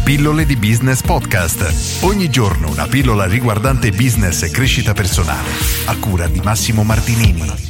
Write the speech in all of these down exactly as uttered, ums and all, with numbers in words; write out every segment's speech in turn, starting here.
Pillole di Business Podcast. Ogni giorno una pillola riguardante business e crescita personale, a cura di Massimo Martinini.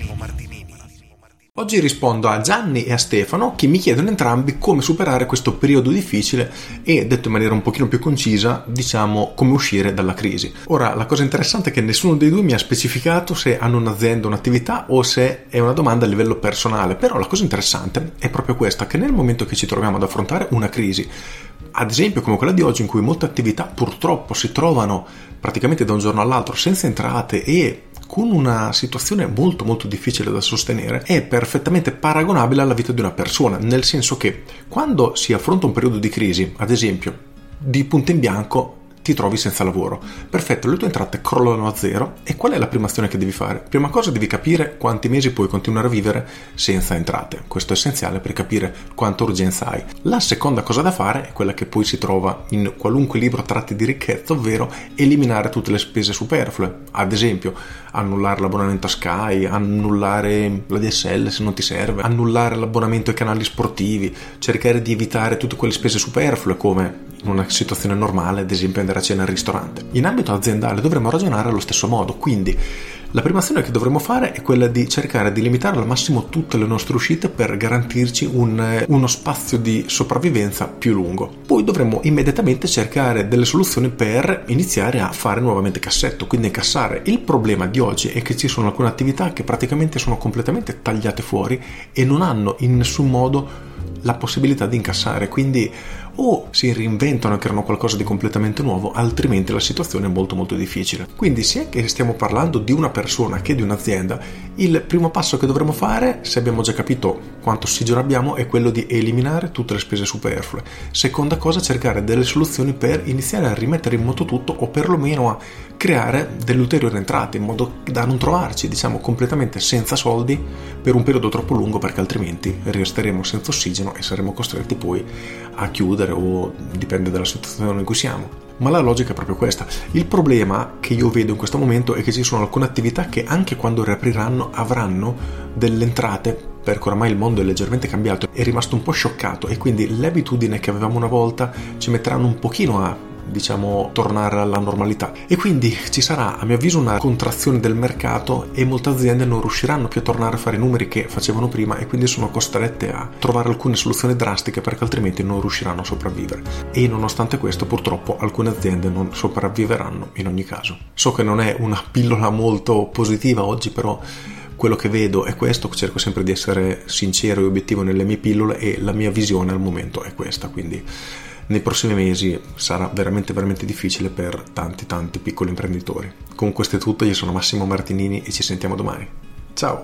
Oggi rispondo a Gianni e a Stefano che mi chiedono entrambi come superare questo periodo difficile e, detto in maniera un pochino più concisa, diciamo come uscire dalla crisi. Ora, la cosa interessante è che nessuno dei due mi ha specificato se hanno un'azienda, un'attività o se è una domanda a livello personale, però la cosa interessante è proprio questa, che nel momento che ci troviamo ad affrontare una crisi, ad esempio come quella di oggi, in cui molte attività purtroppo si trovano praticamente da un giorno all'altro senza entrate e con una situazione molto molto difficile da sostenere, è perfettamente paragonabile alla vita di una persona, nel senso che quando si affronta un periodo di crisi, ad esempio di punto in bianco, ti trovi senza lavoro. Perfetto, le tue entrate crollano a zero e qual è la prima azione che devi fare? Prima cosa devi capire quanti mesi puoi continuare a vivere senza entrate. Questo è essenziale per capire quanta urgenza hai. La seconda cosa da fare è quella che poi si trova in qualunque libro tratti di ricchezza, ovvero eliminare tutte le spese superflue. Ad esempio, annullare l'abbonamento a Sky, annullare la D S L se non ti serve, annullare l'abbonamento ai canali sportivi, cercare di evitare tutte quelle spese superflue come in una situazione normale, ad esempio andare a cena al ristorante. In ambito aziendale dovremmo ragionare allo stesso modo, quindi la prima azione che dovremmo fare è quella di cercare di limitare al massimo tutte le nostre uscite per garantirci un, uno spazio di sopravvivenza più lungo. Poi dovremmo immediatamente cercare delle soluzioni per iniziare a fare nuovamente cassetto, quindi incassare. Il problema di oggi è che ci sono alcune attività che praticamente sono completamente tagliate fuori e non hanno in nessun modo la possibilità di incassare, quindi o si reinventano e creano qualcosa di completamente nuovo, altrimenti la situazione è molto molto difficile. Quindi sia che stiamo parlando di una persona che di un'azienda, il primo passo che dovremo fare, se abbiamo già capito quanto ossigeno abbiamo, è quello di eliminare tutte le spese superflue. Seconda cosa, cercare delle soluzioni per iniziare a rimettere in moto tutto o perlomeno a creare delle ulteriori entrate in modo da non trovarci, diciamo, completamente senza soldi per un periodo troppo lungo, perché altrimenti resteremo senza ossigeno e saremo costretti poi a chiudere o dipende dalla situazione in cui siamo. Ma la logica è proprio questa. Il problema che io vedo in questo momento è che ci sono alcune attività che anche quando riapriranno avranno delle entrate, perché oramai il mondo è leggermente cambiato, è rimasto un po' scioccato e quindi le abitudini che avevamo una volta ci metteranno un pochino a, diciamo, tornare alla normalità e quindi ci sarà, a mio avviso, una contrazione del mercato e molte aziende non riusciranno più a tornare a fare i numeri che facevano prima e quindi sono costrette a trovare alcune soluzioni drastiche perché altrimenti non riusciranno a sopravvivere. E nonostante questo, purtroppo, alcune aziende non sopravviveranno in ogni caso. So che non è una pillola molto positiva oggi, però quello che vedo è questo, cerco sempre di essere sincero e obiettivo nelle mie pillole e la mia visione al momento è questa, quindi nei prossimi mesi sarà veramente veramente difficile per tanti tanti piccoli imprenditori. Con questo è tutto, io sono Massimo Martinini e ci sentiamo domani. Ciao!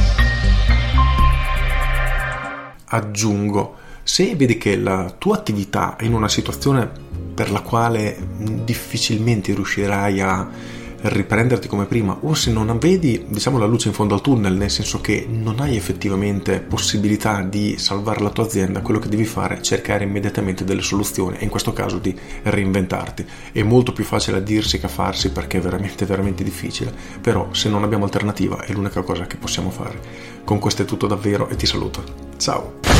Aggiungo, se vedi che la tua attività è in una situazione per la quale difficilmente riuscirai a riprenderti come prima, o se non vedi, diciamo, la luce in fondo al tunnel, nel senso che non hai effettivamente possibilità di salvare la tua azienda, quello che devi fare è cercare immediatamente delle soluzioni e in questo caso di reinventarti. È molto più facile a dirsi che a farsi perché è veramente veramente difficile, però se non abbiamo alternativa è l'unica cosa che possiamo fare. Con questo è tutto davvero e ti saluto. Ciao!